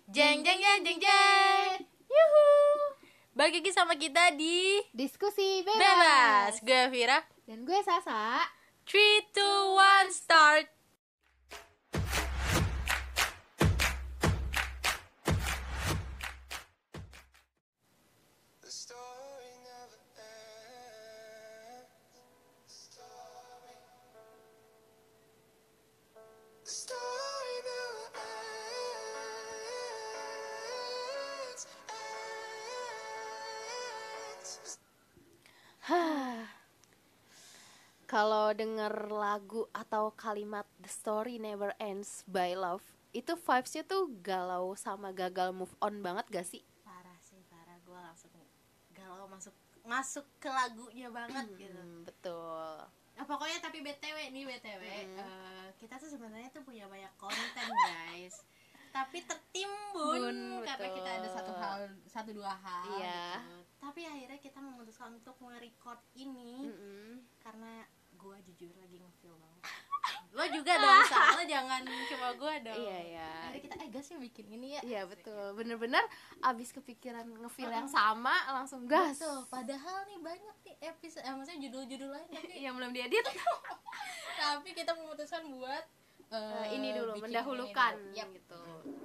Jeng jeng jeng jeng jeng. Yuhu. Balik lagi sama kita di Diskusi Bebas. Gue Vira. Dan gue Sasa. 3, 2, 1, start. Kalau denger lagu atau kalimat The Story Never Ends by Love, itu vibes-nya tuh galau sama gagal move on banget gak sih? Parah sih, parah. Gue langsung galau masuk ke lagunya banget gitu. Betul. Nah, pokoknya tapi BTW, kita tuh sebenarnya tuh punya banyak konten guys. Tapi tertimbun karena kita ada satu dua hal Iya. gitu. Tapi akhirnya kita memutuskan untuk nge-record ini karena gue jujur lagi nge-feel banget. Lo juga dong, salah jangan cuma gue dong. Iya. Jadi kita gas yuk bikin ini ya. Iya betul, bener-bener abis kepikiran nge-feel yang sama langsung gas. Betul, padahal nih banyak nih episode, maksudnya judul-judul lain tapi yang belum diedit. tapi kita memutuskan buat ini dulu, bikin mendahulukan ini dulu. Yep. gitu.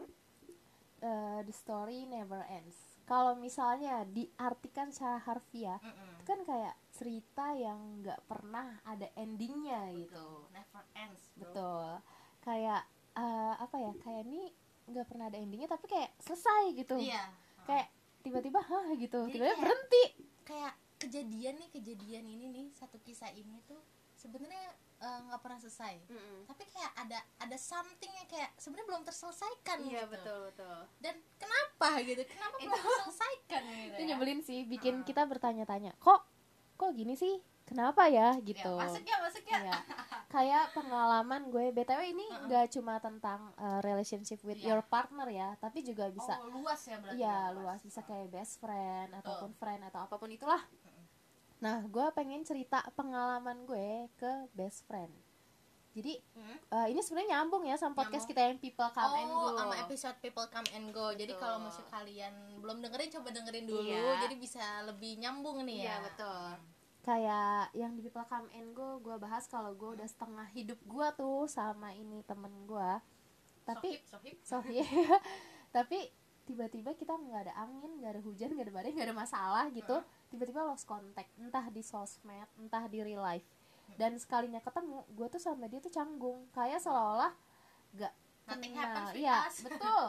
The Story Never Ends. Kalau misalnya diartikan secara harfiah, itu kan kayak cerita yang nggak pernah ada endingnya gitu. Never ends, bro. Betul. Kayak apa ya? Kayak ini nggak pernah ada endingnya, tapi kayak selesai gitu. Iya. Kayak tiba-tiba gitu. Jadi Tiba-tiba kayak- berhenti. Kayak kejadian ini nih, satu kisah ini tuh sebenarnya nggak pernah selesai. Tapi kayak ada something yang kayak sebenarnya belum terselesaikan Iya, gitu. betul. Dan kenapa gitu? Kenapa belum terselesaikan gitu? Itu Ya? nyebelin sih, bikin kita bertanya-tanya. Kok gini sih? Kenapa ya gitu. Masuk ya. Iya. Kayak pengalaman gue, BTW ini nggak cuma tentang relationship with your partner ya, tapi juga bisa luas ya berarti. iya luas, bisa kayak best friend ataupun friend atau apapun itulah. Nah, gue pengen cerita pengalaman gue ke best friend. Jadi ini sebenarnya nyambung ya sama podcast kita yang People Come and Go. Sama episode People Come and Go. Jadi kalau masih kalian belum dengerin, coba dengerin dulu. Iya. Jadi bisa lebih nyambung nih ya. Iya, betul. Kayak yang di People Come and Go gue bahas kalau gue udah setengah hidup gue tuh sama ini temen gue. Tapi Sohib. Tapi tiba-tiba kita nggak ada angin, nggak ada hujan, nggak ada badai, nggak ada masalah gitu. Tiba-tiba lost contact, entah di sosmed, entah di real life. Dan sekalinya ketemu, gue tuh sama dia tuh canggung, kayak seolah-olah nggak Nothing kenal. happens with Iya, us. betul.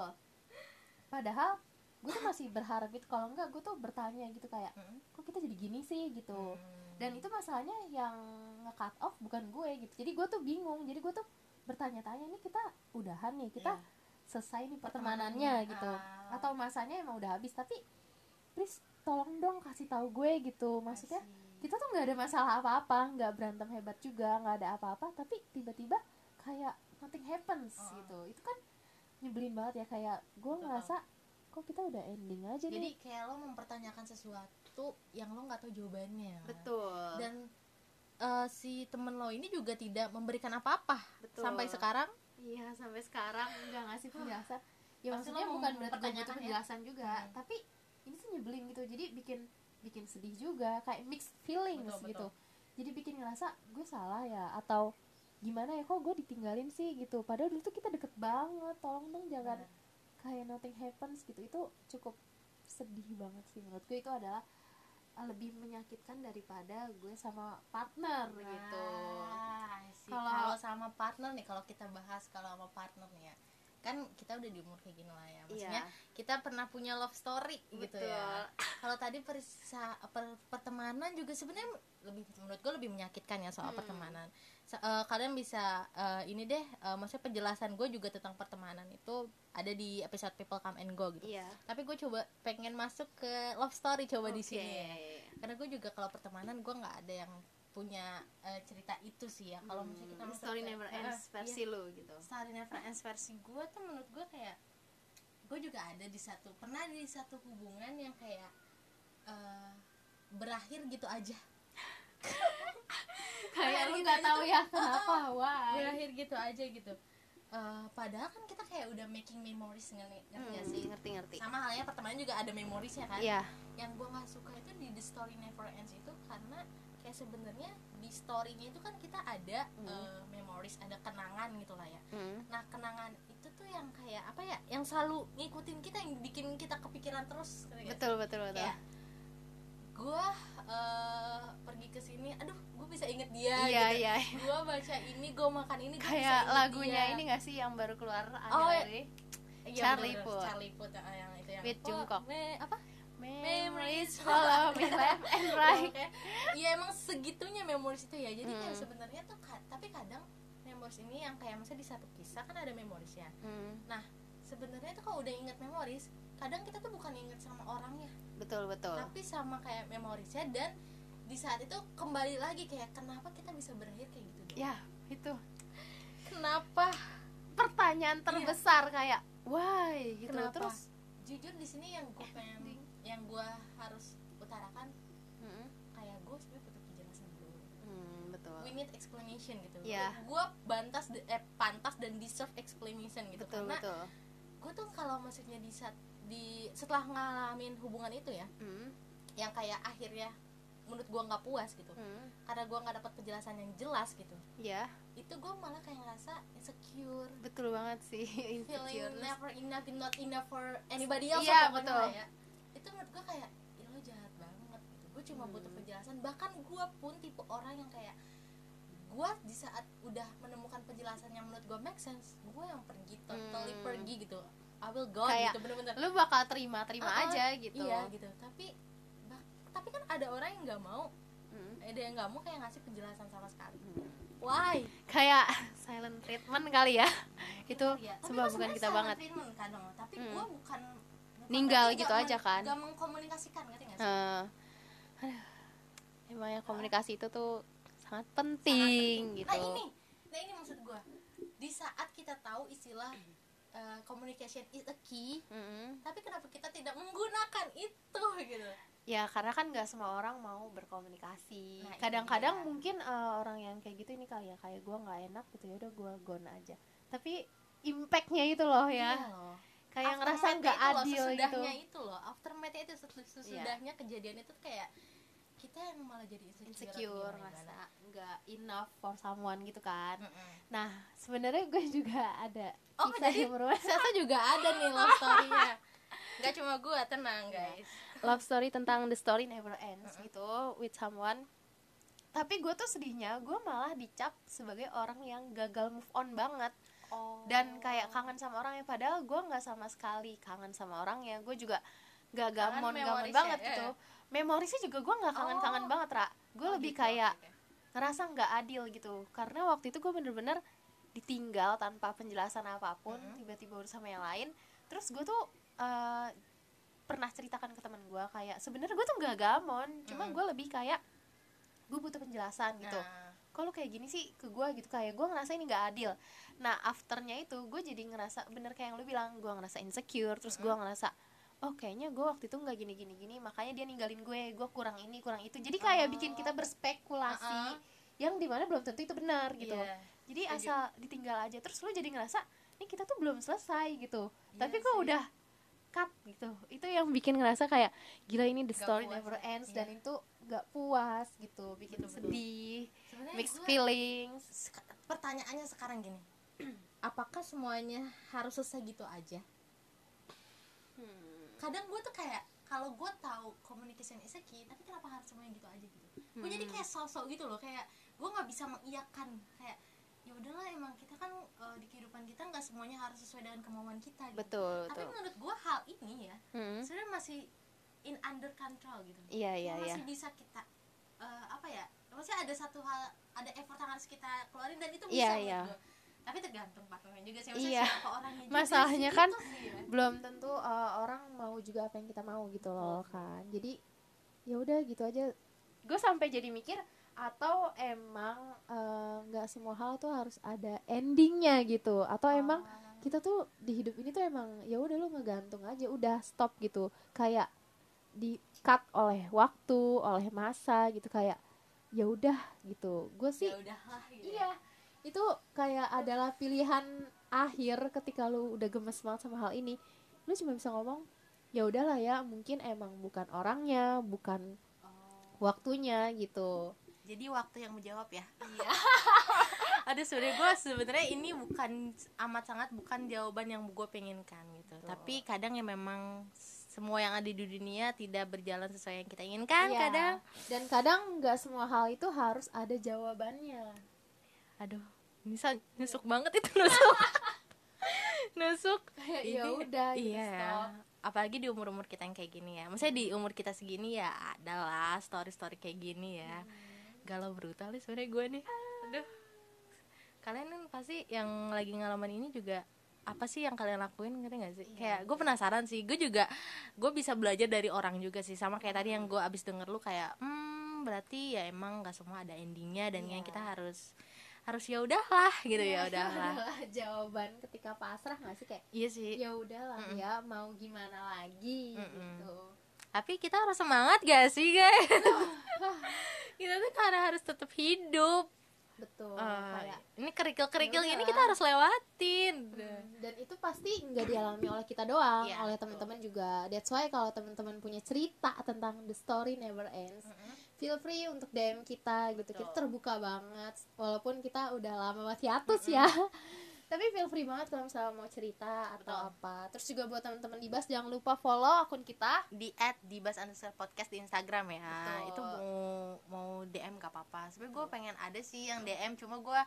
Padahal gue tuh masih berharap itu, kalau enggak gue tuh bertanya gitu kayak, kok kita jadi gini sih gitu. Dan itu masalahnya yang nge-cut off bukan gue gitu. Jadi gue tuh bingung, jadi gue tuh bertanya-tanya, nih kita udahan nih, kita selesai nih pertemanannya gitu, atau masanya emang udah habis. Tapi please tolong dong kasih tahu gue gitu. Maksudnya kita tuh nggak ada masalah apa-apa, nggak berantem hebat juga, nggak ada apa-apa, tapi tiba-tiba kayak nothing happens gitu. Itu kan nyebelin banget ya, kayak gue ngerasa kok kita udah ending aja nih. Jadi kayak lo mempertanyakan sesuatu yang lo nggak tahu jawabannya. Betul. Dan si temen lo ini juga tidak memberikan apa-apa. Betul. Sampai sekarang. Iya, sampai sekarang nggak ngasih penjelasan. Ya Pasti maksudnya lo bukan berarti gue butuh mempertanyakan ya? penjelasan juga, tapi ini tuh nyebelin gitu. Jadi bikin sedih juga, kayak mixed feelings Betul. gitu. Jadi bikin ngerasa gue salah ya, atau gimana ya, kok gue ditinggalin sih gitu. Padahal dulu tuh kita deket banget. Tolong dong jangan kayak nothing happens gitu. Itu cukup sedih banget sih menurut gue. Itu adalah lebih menyakitkan daripada gue sama partner gitu. Kalau sama partner nih, kalau kita bahas kalau sama partner nih ya, kan kita udah di umur kayak gini lah ya, maksudnya kita pernah punya love story gitu ya. Kalau tadi pertemanan juga sebenarnya lebih, menurut gue lebih menyakitkan ya soal pertemanan. Kalian bisa ini deh, maksudnya penjelasan gue juga tentang pertemanan itu ada di episode People Come and Go gitu. Tapi gue coba pengen masuk ke love story coba di sini ya. Karena gue juga kalau pertemanan gue nggak ada yang punya cerita itu sih ya. Kalau misalnya kita Story Never Ends versi lu gitu. Story Never Ends versi gue tuh menurut gue kayak, gue juga pernah di satu hubungan yang kayak berakhir gitu aja. Kayak lu nggak tahu ya kenapa, why? Berakhir gitu aja gitu. padahal kan kita kayak udah making memories, ngerti gak sih? Ngerti. Sama halnya pertemanan juga ada memoriesnya kan. Iya. Yang gue nggak suka itu di The Story Never Ends itu karena kayak sebenarnya di storynya itu kan kita ada memories, ada kenangan gitu lah ya. Nah kenangan itu tuh yang kayak apa ya, yang selalu ngikutin kita, yang bikin kita kepikiran terus. Betul. Kayak gue pergi ke sini, aduh gue bisa inget dia. Iya. Gue baca ini, gue makan ini, kayak lagunya dia. Ini nggak sih yang baru keluar akhir-akhir ini? Charlie Puth yang itu yang with Jungkook. Apa? Memories follow me left and right. Iya emang segitunya memories itu ya. Jadi kayak sebenarnya tuh tapi kadang memories ini yang kayak misalnya di satu kisah kan ada memoriesnya. Nah sebenarnya tuh kalau udah inget memories, kadang kita tuh bukan inget sama orangnya. Betul. Tapi sama kayak memoriesnya, dan di saat itu kembali lagi kayak kenapa kita bisa berakhir kayak gitu. Ya itu. Kenapa? Pertanyaan terbesar kayak why gitu. Kenapa? Terus jujur di sini yang gue pengen, yang gue harus utarakan, kayak gue sebenarnya butuh penjelasan dulu. Betul. We need explanation gitu. Yeah. Gue pantas dan deserve explanation gitu. Karena gue tuh kalau maksudnya setelah ngalamin hubungan itu ya, yang kayak akhirnya menurut gue nggak puas gitu, karena gue nggak dapat penjelasan yang jelas gitu. Ya. Itu gue malah kayak ngerasa insecure. Betul banget sih. Feeling never enough, not enough for anybody else. Iya betul. Ya. Itu menurut gue kayak lo jahat banget gitu. Gue cuma butuh penjelasan. Bahkan gue pun tipe orang yang kayak gue di saat udah menemukan penjelasan yang menurut gue make sense, gue yang pergi, totally pergi gitu. I will go kayak gitu, bener-bener lu bakal terima aja gitu. Iya gitu. Tapi kan ada orang yang nggak mau, ada yang nggak mau kayak ngasih penjelasan sama sekali. Why? Kayak silent treatment kali ya. Itu Ya, sebab bukan kita banget. Kadang, tapi gue bukan ninggal gitu aja kan. Gak mengkomunikasikan, ngerti gak sih? Emangnya komunikasi itu tuh sangat penting gitu. Nah ini maksud gue, di saat kita tahu istilah communication is a key, tapi kenapa kita tidak menggunakan itu gitu? Ya karena kan nggak semua orang mau berkomunikasi. Kadang-kadang mungkin orang yang kayak gitu ini kali ya, kayak gue nggak enak gitu, ya udah gue gone aja. Tapi impactnya itu loh ya. Iya loh. Kayak ngerasa nggak adil gitu. Sesudahnya itu loh, aftermath-nya itu sesudahnya kejadian itu kayak kita yang malah jadi insecure, ngerasa nggak enough for someone gitu kan. Nah sebenarnya gue juga ada jadi Sasa juga ada nih love story-nya. Gak cuma gue, tenang guys. Love story tentang The Story Never Ends gitu with someone. Tapi gue tuh sedihnya gue malah dicap sebagai orang yang gagal move on banget. Dan kayak kangen sama orang, ya padahal gue nggak sama sekali kangen sama orang ya. Gue juga gak gamon banget gitu. Memorisnya juga gue nggak kangen banget, Ra. Gue lebih kayak ngerasa nggak adil gitu, karena waktu itu gue bener-bener ditinggal tanpa penjelasan apapun, tiba-tiba udah sama yang lain. Terus gue tuh pernah ceritakan ke teman gue kayak sebenarnya gue tuh nggak gamon, cuma gue lebih kayak gue butuh penjelasan gitu. Kalau kayak gini sih ke gue gitu, kayak gue ngerasa ini nggak adil. Nah afternya itu gue jadi ngerasa bener kayak yang lu bilang, gue ngerasa insecure. Terus gue ngerasa oh kayaknya gue waktu itu nggak gini, makanya dia ninggalin gue kurang ini kurang itu. Jadi kayak bikin kita berspekulasi yang dimana belum tentu itu benar gitu. Jadi asal ditinggal aja, terus lu jadi ngerasa ini kita tuh belum selesai gitu. Tapi kok udah cut gitu. Itu yang bikin ngerasa kayak gila, ini the story never ends. Dan itu gak puas gitu, bikin sedih, mixed feelings. Pertanyaannya sekarang gini, apakah semuanya harus selesai gitu aja? Kadang gue tuh kayak kalau gue tahu communication is a key, tapi kenapa harus semuanya gitu aja gitu? Gue jadi kayak sosok gitu loh, kayak gue nggak bisa mengiyakan, kayak ya udahlah, emang kita kan di kehidupan kita nggak semuanya harus sesuai dengan kemauan kita gitu. Betul. Tapi menurut gue hal ini ya sebenarnya masih in under control gitu. Masih bisa kita apa ya? Maksudnya ada satu hal, ada effort yang harus kita keluarin dan itu bisa menurut gue. Tapi tergantung partnernya juga sih, maksudnya siapa orangnya juga. Masalahnya kan belum tentu orang mau juga apa yang kita mau gitu loh kan. Jadi ya udah gitu aja. Gue sampai jadi mikir, atau emang nggak semua hal tuh harus ada endingnya gitu, atau emang kita tuh di hidup ini tuh emang ya udah lu ngegantung aja, udah stop gitu, kayak di cut oleh waktu, oleh masa gitu, kayak ya udah gitu. Gue sih ya udahlah gitu. Iya, itu kayak adalah pilihan akhir ketika lu udah gemes banget sama hal ini, lu cuma bisa ngomong ya udahlah ya, mungkin emang bukan orangnya, bukan waktunya gitu. Jadi waktu yang menjawab ya. Iya. Aduh, sebenarnya ini bukan amat sangat bukan jawaban yang gue penginkan gitu. Betul. Tapi kadang ya memang semua yang ada di dunia tidak berjalan sesuai yang kita inginkan. Iya. Kadang. Dan kadang nggak semua hal itu harus ada jawabannya. Aduh, nusuk banget itu nusuk. Nusuk. Ya udah. Iya. Stop. Apalagi di umur-umur kita yang kayak gini ya. Maksudnya di umur kita segini ya adalah story-story kayak gini ya. Galau brutal nih sebenarnya gue nih. Aduh. Kalian kan pasti yang lagi ngalamin ini juga apa sih yang kalian lakuin, ngerti gak sih? Kayak gue penasaran sih. Gue bisa belajar dari orang juga sih. Sama kayak tadi yang gue abis denger lu kayak berarti ya emang gak semua ada endingnya. Dan yang kita harus ya udahlah gitu, ya udahlah. Jawaban ketika pasrah nggak sih, kayak iya sih, ya udahlah ya mau gimana lagi gitu. Tapi kita harus semangat gak sih guys? Kita tuh karena harus tetap hidup. Betul. Kayak ini kerikil gini kita harus lewatin. Dan itu pasti nggak dialami oleh kita doang, oleh teman-teman juga. That's why kalau teman-teman punya cerita tentang The Story Never Ends, feel free untuk DM kita gitu. Kita terbuka banget, walaupun kita udah lama hiatus ya. Tapi feel free banget kalau misalnya mau cerita atau apa. Terus juga buat teman-teman Dibas, jangan lupa follow akun kita di @dibas_podcast di Instagram ya. Betul. Itu mau DM gak apa-apa. Sebenarnya gue pengen ada sih yang DM, cuma gue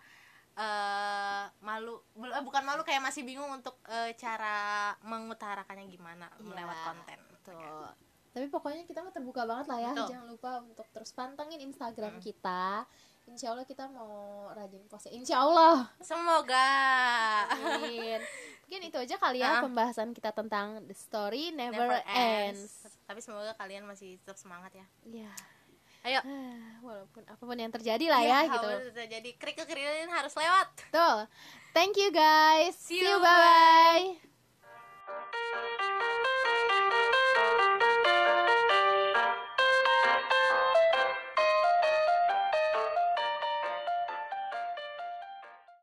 bukan malu, kayak masih bingung untuk cara mengutarakannya gimana lewat konten. Betul. Tapi pokoknya kita mau terbuka banget lah ya. Betul. Jangan lupa untuk terus pantengin Instagram kita. Insya Allah kita mau rajin post. Insya Allah. Semoga. Amin. Mungkin itu aja kali ya pembahasan kita tentang The Story Never Ends. Tapi semoga kalian masih tetap semangat ya. Iya. Ayo. Walaupun apapun yang terjadi lah ya gitu. Walaupun terjadi, kerikil-kerikilin harus lewat. Betul. Thank you guys. See you. Bye.